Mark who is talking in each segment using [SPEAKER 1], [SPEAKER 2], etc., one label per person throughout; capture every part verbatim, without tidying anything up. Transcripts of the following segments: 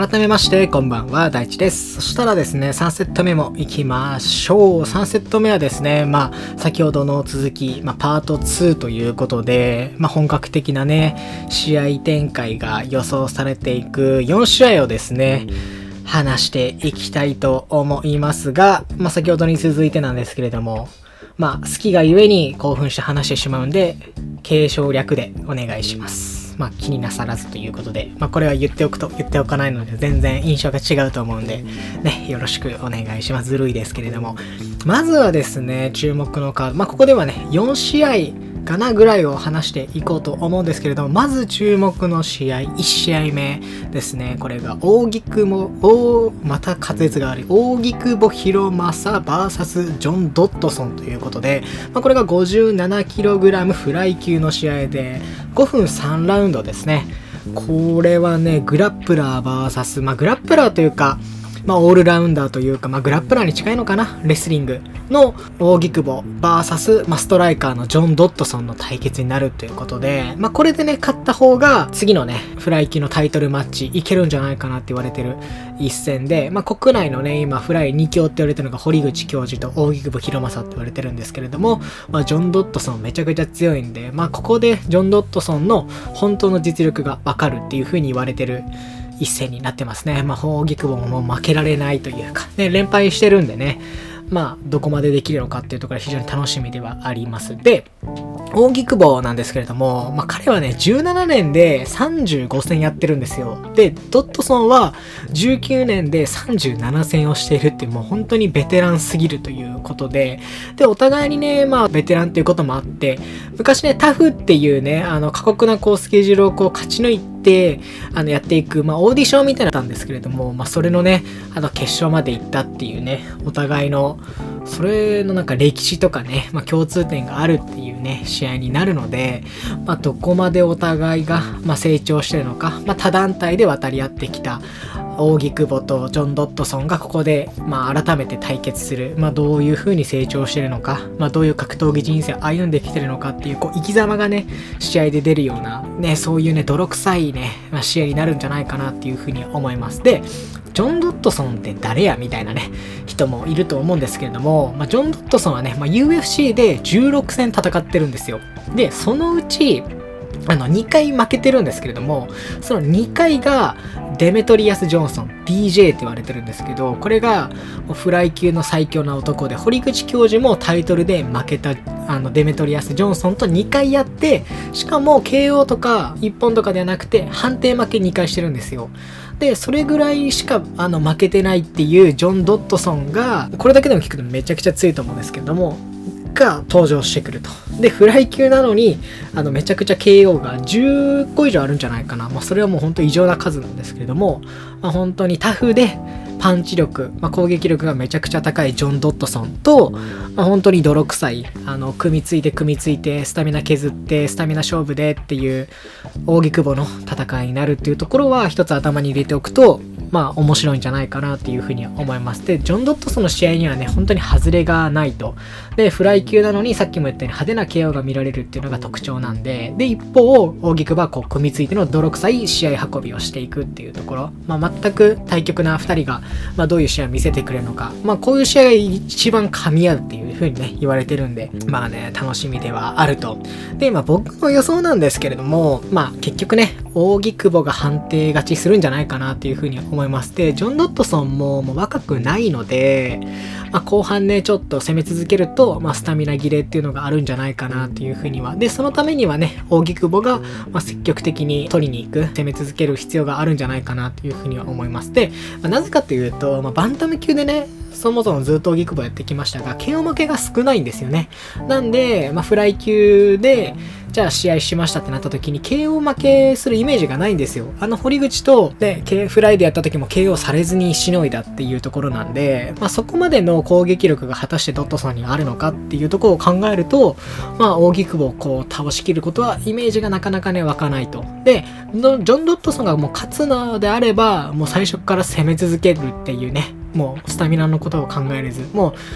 [SPEAKER 1] 改めましてこんばんは、大地です。そしたらですね、さんセット目も行きましょう。さんセット目はですね、まあ先ほどの続き、まあ、パートツーということで、まあ、本格的なね試合展開が予想されていくよん試合をですね話していきたいと思いますが、まあ、先ほどに続いてなんですけれども、まあ好きがゆえに興奮して話してしまうんで継承略でお願いします。まあ気になさらずということで、まあこれは言っておくと言っておかないので全然印象が違うと思うんでね、よろしくお願いします。ずるいですけれども、まずはですね、注目のカード、まあここではねよん試合かなぐらいを話していこうと思うんですけれども、まず注目の試合いち試合目ですね。これが扇久保おまた滑舌が悪い扇久保博正 ブイエス ジョン・ドットソンということで、まあ、これが ごじゅうななキログラム フライ級の試合でごふんさんラウンドですね。これはねグラップラー ブイエス、まあグラップラーというかまあ、オールラウンダーというか、まあ、グラップラーに近いのかな、レスリングの扇久保 ブイエス、まあ、ストライカーのジョン・ドットソンの対決になるということで、まあ、これでね勝った方が次のねフライ級のタイトルマッチいけるんじゃないかなって言われてる一戦で、まあ、国内のね今フライに強って言われてるのが堀口教授と扇久保博正って言われてるんですけれども、まあ、ジョン・ドットソンめちゃくちゃ強いんで、まあ、ここでジョン・ドットソンの本当の実力がわかるっていう風に言われてる一戦になってますね。まあ、扇久保ももう負けられないというか、ね、連敗してるんでね、まあ、どこまでできるのかっていうところが非常に楽しみではあります。で、扇久保なんですけれども、まあ、彼はね、じゅうななねんでさんじゅうご戦やってるんですよ。で、ドットソンはじゅうきゅうねんでさんじゅうなな戦をしているっていう、もう本当にベテランすぎるということで、で、お互いにね、まあ、ベテランっていうこともあって、昔ね、タフっていうね、あの、過酷なこう、スケジュールをこう、勝ち抜いて、であのやっていく、まあ、オーディションみたいなのだったんですけれども、まあ、それのねあの決勝まで行ったっていうね、お互いのそれのなんか歴史とかね、まあ、共通点があるっていうね試合になるので、まあ、どこまでお互いが、まあ、成長してるのか、まあ、他団体で渡り合ってきた扇久保とジョン・ドットソンがここで、まあ、改めて対決する、まあ、どういう風に成長してるのか、まあ、どういう格闘技人生を歩んできてるのかっていう、こう生き様がね試合で出るような、ね、そういうね泥臭いね、まあ、試合になるんじゃないかなっていう風に思います。で、ジョン・ドットソンって誰やみたいなね人もいると思うんですけれども、まあ、ジョン・ドットソンはね、まあ、ユーエフシー でじゅうろく戦戦ってるんですよ。で、そのうちあのにかい負けてるんですけれども、そのにかいがデメトリアス・ジョンソン ディージェー って言われてるんですけど、これがフライ級の最強な男で、堀口教授もタイトルで負けたあのデメトリアス・ジョンソンとにかいやって、しかも ケーオー とかいっぽんとかではなくて判定負けにかいしてるんですよ。で、それぐらいしかあの負けてないっていうジョン・ドットソンが、これだけでも聞くとめちゃくちゃ強いと思うんですけれどもが登場してくると。で、フライ級なのにあのめちゃくちゃ ケーオー がじゅっこ以上あるんじゃないかな。まあ、それはもう本当異常な数なんですけれども、まあ、本当にタフでパンチ力、まあ、攻撃力がめちゃくちゃ高いジョン・ドットソンと、まあ、本当に泥臭いあの組みついて組みついてスタミナ削ってスタミナ勝負でっていう扇久保の戦いになるっていうところは一つ頭に入れておくと、まあ面白いんじゃないかなっていうふうに思います。で、ジョン・ドットソンの試合にはね本当に外れがないと。で、フライ級なのにさっきも言ったように派手な ケーオー が見られるっていうのが特徴なんで、で一方扇久保はこう組みついての泥臭い試合運びをしていくっていうところ、まあ、全く対極なふたりが、まあ、どういう試合を見せてくれるのか、まあ、こういう試合が一番噛み合うっていうふうにね言われてるんで、まあね楽しみではあると。で、まあ僕の予想なんですけれども、まあ結局ね扇久保が判定勝ちするんじゃないかなっていうふうに思います。で、ジョン・ドットソンももう若くないので、まあ、後半ねちょっと攻め続けると、まあ、スタミナ切れっていうのがあるんじゃないかなっていうふうには。で、そのためにはね扇久保が、まあ、積極的に取りに行く、攻め続ける必要があるんじゃないかなというふうには思います。で、まあ、なぜかというと、まあ、バンタム級でねそもそもずっと扇久保やってきましたが ケーオー 負けが少ないんですよね。なんで、まあ、フライ級でじゃあ試合しましたってなった時に ケーオー 負けするイメージがないんですよ。あの堀口とでフライでやった時も ケーオー されずにしのいだっていうところなんで、まあ、そこまでの攻撃力が果たしてドットソンにあるのかっていうところを考えると、まあ扇久保をこう倒しきることはイメージがなかなかね湧かないと。で、ジョン・ドットソンがもう勝つのであればもう最初から攻め続けるっていうね、もうスタミナのことを考えれず、もう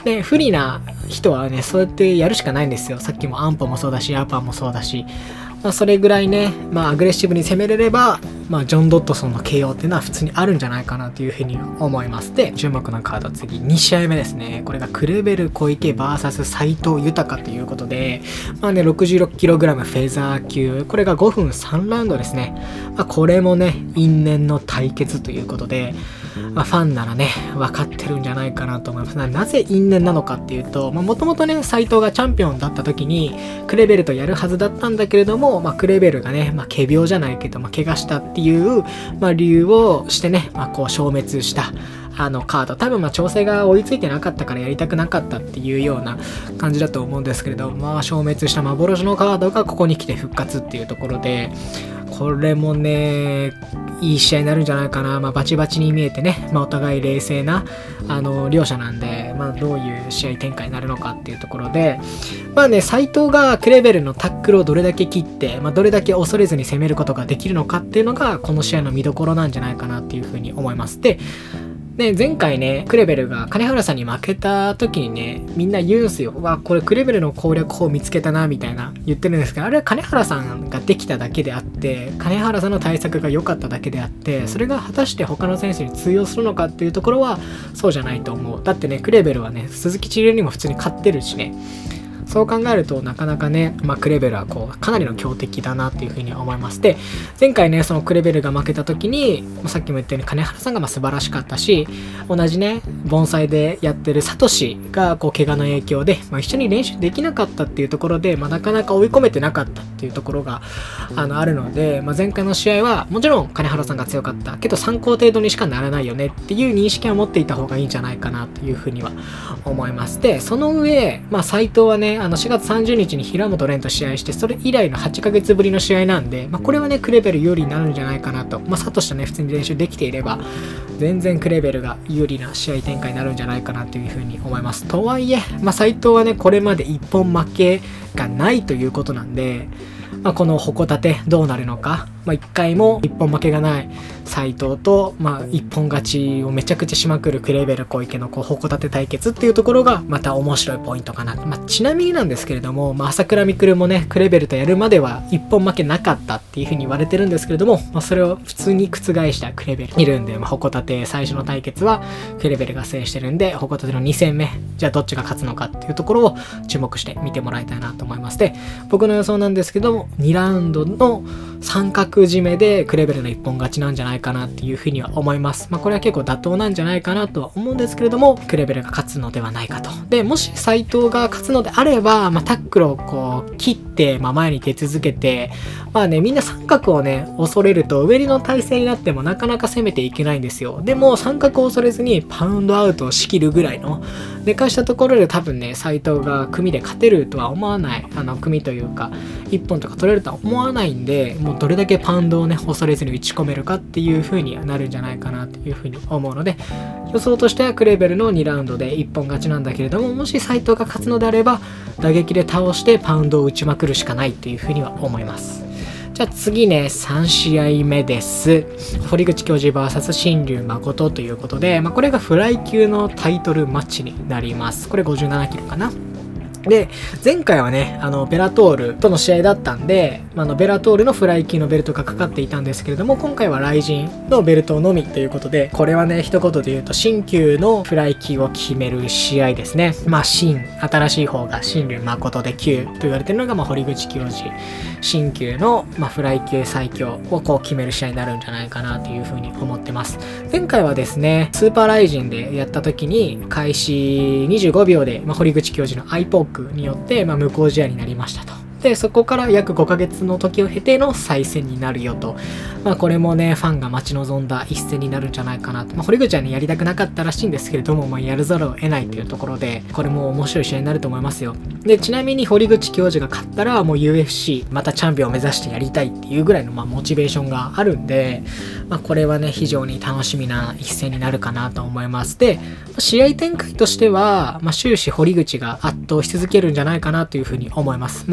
[SPEAKER 1] で、不利な人はね、そうやってやるしかないんですよ。さっきもアンポもそうだし、アーパーもそうだし、まあ、それぐらいね、まあ、アグレッシブに攻めれれば、まあ、ジョン・ドットソンの ケーオー っていうのは普通にあるんじゃないかなというふうに思います。で、注目のカード、次、に試合目ですね。これがクレベル小池 ブイエス 斉藤豊ということで、まあね、ろくじゅうろくキログラム フェザー級、これがごふんさんラウンドですね。まあ、これもね、因縁の対決ということで、まあ、ファンならね、分かってるんじゃないかなと思います。なぜ因縁なのかっていうと、もともとね、斉藤がチャンピオンだった時に、クレベルとやるはずだったんだけれども、まあ、クレベルがね、まあ、仮病じゃないけど、まあ、怪我したっていう、まあ、理由をしてね、まあ、こう消滅した。あのカード、多分まあ調整が追いついてなかったからやりたくなかったっていうような感じだと思うんですけれど、まあ消滅した幻のカードがここに来て復活っていうところで、これもね、いい試合になるんじゃないかな。まあバチバチに見えてね、まあお互い冷静な、あの、両者なんで、まあどういう試合展開になるのかっていうところで、まあね、斉藤がクレベルのタックルをどれだけ切って、まあどれだけ恐れずに攻めることができるのかっていうのが、この試合の見どころなんじゃないかなっていうふうに思います。で、で、前回ね、クレベルが金原さんに負けた時にね、みんな言うんすよ。わ、これクレベルの攻略法見つけたな、みたいな言ってるんですけど、あれは金原さんができただけであって、金原さんの対策が良かっただけであって、それが果たして他の選手に通用するのかっていうところは、そうじゃないと思う。だってね、クレベルはね、鈴木千尋にも普通に勝ってるしね。そう考えるとなかなかね、まあ、クレベルはこうかなりの強敵だなっていうふうに思います。で、前回ね、そのクレベルが負けた時に、さっきも言ったように金原さんがまあ素晴らしかったし、同じね、盆栽でやってるサトシがこう怪我の影響で、まあ、一緒に練習できなかったっていうところで、まあ、なかなか追い込めてなかったっていうところが あのあるので、まあ、前回の試合はもちろん金原さんが強かったけど参考程度にしかならないよねっていう認識は持っていた方がいいんじゃないかなというふうには思います。で、その上、まあ、斉藤はね、あのしがつさんじゅうにちに平本蓮と試合して、それ以来のはちかげつぶりの試合なんで、まあ、これはね、クレベル有利になるんじゃないかなと。まあ、サトシとね、普通に練習できていれば、全然クレベルが有利な試合展開になるんじゃないかなというふうに思います。とはいえ、まあ、斉藤はね、これまで一本負けがないということなんで、まあ、この矛盾どうなるのか、まあ、いっかいも一本負けがない斉藤と、まあ、一本勝ちをめちゃくちゃしまくるクレベル小池のこう矛盾対決っていうところがまた面白いポイントかな。まあ、ちなみになんですけれども、まあ、朝倉未来もねクレベルとやるまでは一本負けなかったっていうふうに言われてるんですけれども、まあ、それを普通に覆したクレベルいるんで、まあ、矛盾最初の対決はクレベルが制してるんで、矛盾のに戦目じゃあどっちが勝つのかっていうところを注目して見てもらいたいなと思います。で、僕の予想なんですけども、にラウンドの三角締めでクレベルの一本勝ちなんじゃないかなっていうふうには思います。まあこれは結構妥当なんじゃないかなとは思うんですけれども、クレベルが勝つのではないかと。で、もし斉藤が勝つのであれば、まあタックルをこう切って、まあ前に出続けて、まあね、みんな三角をね、恐れると上にの体勢になってもなかなか攻めていけないんですよ。でも三角を恐れずにパウンドアウトを仕切るぐらいのでかしたところで多分ね、斉藤が組で勝てるとは思わない。あの、組というか、一本とか取れるとは思わないんで、もうどれだけパウンドをね、恐れずに打ち込めるかっていう風になるんじゃないかなっていう風に思うので、予想としてはクレベルのにラウンドで一本勝ちなんだけれども、もし斉藤が勝つのであれば、打撃で倒してパウンドを打ちまくるしかないっていう風には思います。じゃあ次ね、さん試合目です。堀口教授 ブイエス 新竜誠ということで、まあ、これがフライ級のタイトルマッチになります。これごじゅうななキロかな。で、前回はね、あの、ベラトールとの試合だったんで、あの、ベラトールのフライ級のベルトがかかっていたんですけれども、今回はライジンのベルトのみということで、これはね、一言で言うと、新旧のフライ級を決める試合ですね。まあ、新、新しい方が新竜誠で旧と言われてるのが、まあ、堀口教授。新旧の、まあ、フライ級最強をこう決める試合になるんじゃないかなというふうに思ってます。前回はですね、スーパーライジンでやった時に、開始にじゅうごびょうで、まあ、堀口教授のアイポークによって、まあ、無効試合になりましたと。で、そこから約ごかげつの時を経ての再戦になるよと。まあこれもね、ファンが待ち望んだ一戦になるんじゃないかなと。まあ堀口はね、やりたくなかったらしいんですけれども、まあやるざるを得ないというところで、これも面白い試合になると思いますよ。で、ちなみに堀口教授が勝ったら、もう ユーエフシー、またチャンピオンを目指してやりたいっていうぐらいのまあモチベーションがあるんで、まあこれはね、非常に楽しみな一戦になるかなと思います。で、試合展開としては、まあ終始堀口が圧倒し続けるんじゃないかなというふうに思います。まあ打撃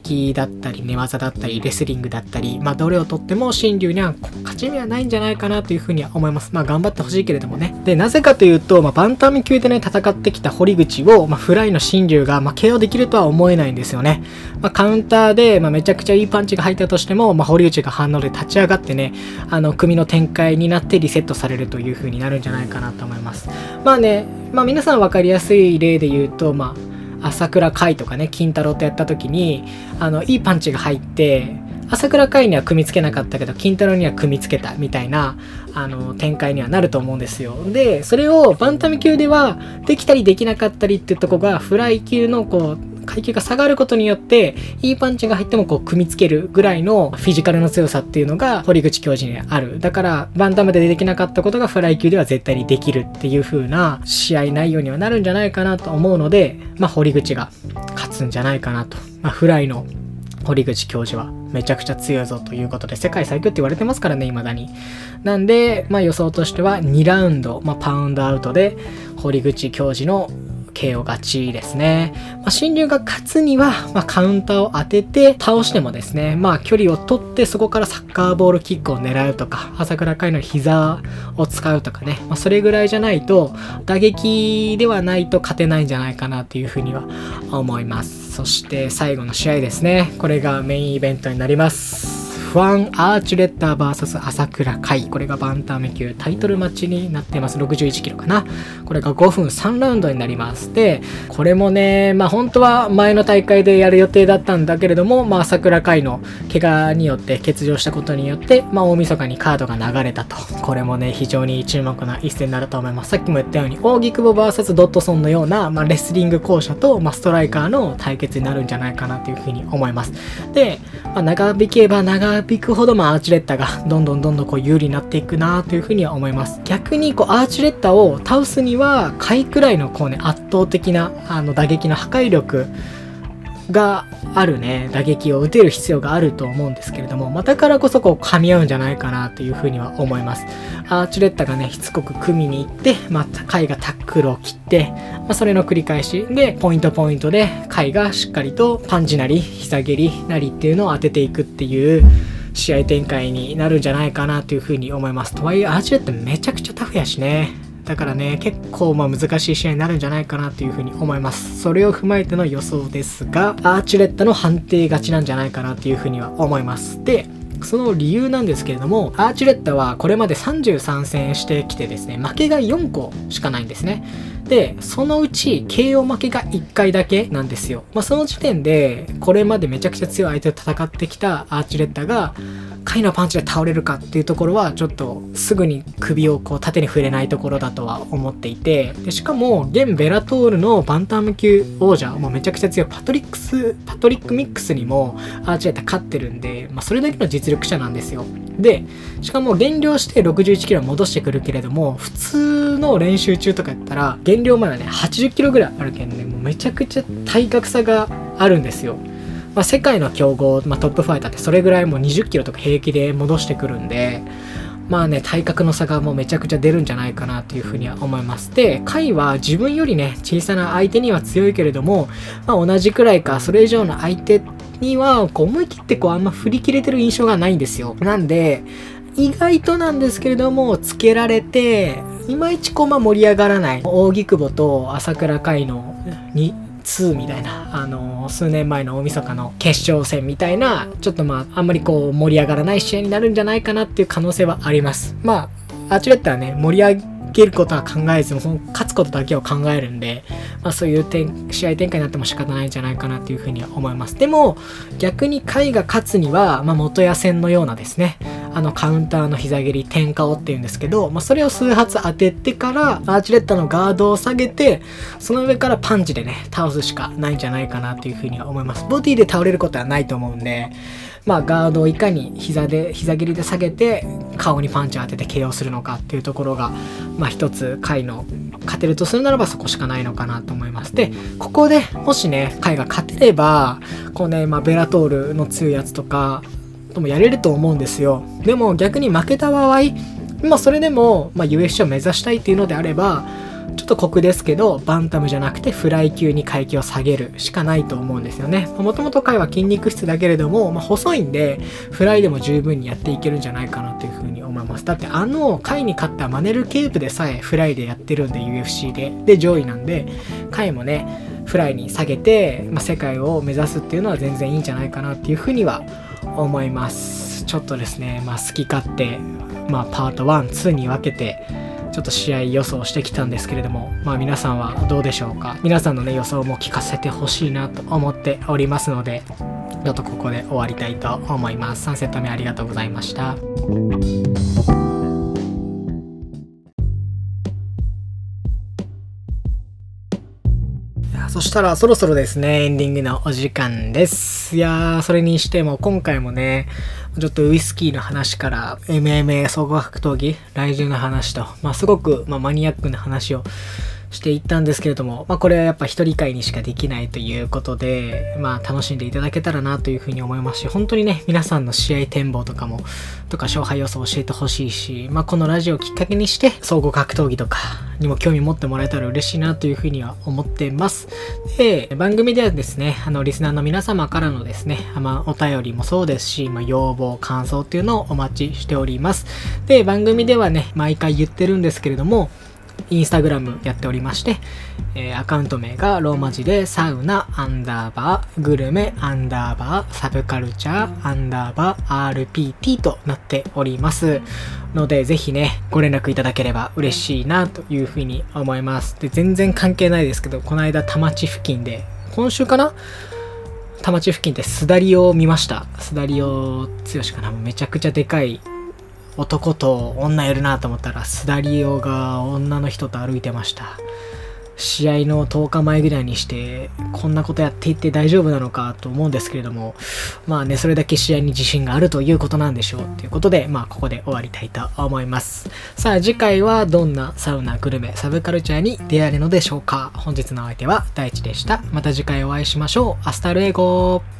[SPEAKER 1] 撃だったり寝技だったりレスリングだったり、まあどれをとっても新竜には勝ち目はないんじゃないかなというふうには思います。まあ頑張ってほしいけれどもね。で、なぜかというと、まあバンタム級でね戦ってきた堀口を、まあ、フライの新竜が、まあ、ケーオー できるとは思えないんですよね。まあ、カウンターで、まあ、めちゃくちゃいいパンチが入ったとしても、まあ、堀口が反応で立ち上がってね、あの組の展開になってリセットされるという風になるんじゃないかなと思います。まあね、まあ、皆さん分かりやすい例で言うと、まあ、朝倉海とかね金太郎とやった時にあのいいパンチが入って朝倉海には組みつけなかったけど金太郎には組みつけたみたいなあの展開にはなると思うんですよ。でそれをバンタム級ではできたりできなかったりっていうとこがフライ級のこう階級が下がることによっていいパンチが入ってもこう組みつけるぐらいのフィジカルの強さっていうのが堀口教授にある。だからバンタムでできなかったことがフライ級では絶対にできるっていう風な試合内容にはなるんじゃないかなと思うので、まあ堀口が勝つんじゃないかなと。まあ、フライの堀口教授はめちゃくちゃ強いぞということで世界最強って言われてますからね未だに。なんで、まあ、予想としてはにラウンド、まあ、パウンドアウトで堀口教授の ケーオー 勝ちですね。まあ、新竜が勝つには、まあ、カウンターを当てて倒してもですね、まあ距離を取ってそこからサッカーボールキックを狙うとか朝倉海の膝を使うとかね、まあ、それぐらいじゃないと打撃ではないと勝てないんじゃないかなというふうには思います。そして最後の試合ですね。これがメインイベントになります。ファン・アーチュレッター ブイエス 朝倉海。これがバンタム級タイトルマッチになっています。ろくじゅういちキロかな。これがごふんさんラウンドになります。で、これもね、まあ本当は前の大会でやる予定だったんだけれども、まあ朝倉海の怪我によって欠場したことによって、まあ大晦日にカードが流れたと。これもね、非常に注目な一戦になると思います。さっきも言ったように、扇久保 ブイエス ドットソンのような、まあ、レスリング巧者と、まあ、ストライカーの対決になるんじゃないかなというふうに思います。で、まあ、長引けば長引くほど、まあ、アーチュレッタがどんどんどんどんこう有利になっていくなというふうには思います。逆にこうアーチュレッタを倒すには回くらいのこうね圧倒的なあの打撃の破壊力があるね打撃を打てる必要があると思うんですけれども、まあ、だからこそこう噛み合うんじゃないかなというふうには思います。アーチュレッタがねしつこく組みに行って、まあ、カイがタックルを切って、まあ、それの繰り返しでポイントポイントでカイがしっかりとパンチなり膝蹴りなりっていうのを当てていくっていう試合展開になるんじゃないかなというふうに思います。とはいえアーチュレッタめちゃくちゃタフやしね。だからね結構まあ難しい試合になるんじゃないかなというふうに思います。それを踏まえての予想ですが、アーチュレッタの判定勝ちなんじゃないかなというふうには思います。でその理由なんですけれども、アーチュレッタはこれまでさんじゅうさん戦してきてですね、負けがよんこしかないんですね。でそのうち ケーオー 負けがいっかいだけなんですよ。まあ、その時点でこれまでめちゃくちゃ強い相手と戦ってきたアーチュレッタがカイのパンチで倒れるかっていうところはちょっとすぐに首をこう縦に触れないところだとは思っていて、でしかも現ベラトールのバンタム級王者もうめちゃくちゃ強いパトリックスパトリックミックスにもアーチュレッタ勝ってるんで、まあ、それだけの実力者なんですよ。でしかも減量してろくじゅういちキロ戻してくるけれども、普通の練習中とかやったら減量までねはちじゅっキロぐらいあるけんね、もうめちゃくちゃ体格差があるんですよ。まあ、世界の強豪、まあ、トップファイターってそれぐらいもうにじゅっキロとか平気で戻してくるんで、まあね体格の差がもうめちゃくちゃ出るんじゃないかなというふうには思います。でカイは自分よりね小さな相手には強いけれども、まあ、同じくらいかそれ以上の相手にはこう思い切ってこうあんま振り切れてる印象がないんですよ。なんで意外となんですけれどもつけられていまいちこうまあ盛り上がらない扇久保と朝倉海のににみたいな、あのー、数年前の大晦日の決勝戦みたいなちょっとまああんまりこう盛り上がらない試合になるんじゃないかなっていう可能性はあります。まあアーチュレッタはね盛り上げることは考えずもその勝つことだけを考えるんで、まあ、そういう点試合展開になっても仕方ないんじゃないかなというふうには思います。でも逆にカイが勝つには、まあ、元谷戦のようなですねあのカウンターの膝蹴り天下をっていうんですけど、まあ、それを数発当ててからアーチュレッタのガードを下げてその上からパンチでね倒すしかないんじゃないかなというふうには思います。ボディで倒れることはないと思うんで、まあガードをいかに膝で膝蹴りで下げて顔にパンチを当てて ケーオー するのかっていうところがまあ一つカイの勝てるとするならばそこしかないのかなと思います。でここでもしねカイが勝てればこうね、まあ、ベラトールの強いやつとかともやれると思うんですよ。でも逆に負けた場合、まあ、それでも、まあ、ユーエフシー を目指したいっていうのであればちょっと酷ですけど、バンタムじゃなくてフライ級に階級を下げるしかないと思うんですよね。もともと回は筋肉質だけれども、まあ、細いんで、フライでも十分にやっていけるんじゃないかなというふうに思います。だってあの回に勝ったマネルケープでさえフライでやってるんで ユーエフシー で。で、上位なんで、回もね、フライに下げて、まあ、世界を目指すっていうのは全然いいんじゃないかなっていうふうには思います。ちょっとですね、まあ、好き勝手、まあ、パートワン、ツーに分けて、ちょっと試合予想してきたんですけれども、まあ皆さんはどうでしょうか。皆さんのね予想も聞かせてほしいなと思っておりますので、ちょっとここで終わりたいと思います。さんセット目ありがとうございました。そしたらそろそろですね、エンディングのお時間です。いやー、それにしても今回もね、ちょっとウイスキーの話から エムエムエー 総合格闘技、来週の話と、まあすごく、まあ、マニアックな話をしていったんですけれども、まあこれはやっぱ一人会にしかできないということで、まあ楽しんでいただけたらなというふうに思いますし、本当にね、皆さんの試合展望とかも、とか勝敗予想を教えてほしいし、まあこのラジオをきっかけにして、総合格闘技とかにも興味持ってもらえたら嬉しいなというふうには思ってます。で、番組ではですね、あの、リスナーの皆様からのですね、まあお便りもそうですし、まあ要望、感想っていうのをお待ちしております。で、番組ではね、毎回言ってるんですけれども、インスタグラムやっておりまして、えー、アカウント名がローマ字でサウナアンダーバーグルメアンダーバーサブカルチャーアンダーバー アールピーティー となっておりますので、ぜひねご連絡いただければ嬉しいなというふうに思います。で、全然関係ないですけど、この間田町付近で、今週かな、田町付近でスダリオを見ました。スダリオ剛かな、めちゃくちゃでかい男と女いるなと思ったら、スダリオが女の人と歩いてました。試合のとおかまえぐらいにしてこんなことやっていって大丈夫なのかと思うんですけれども、まあね、それだけ試合に自信があるということなんでしょうということで、まあここで終わりたいと思います。さあ次回はどんなサウナ、グルメ、サブカルチャーに出会えるのでしょうか。本日のお相手は大地でした。また次回お会いしましょう。アスタルエゴ。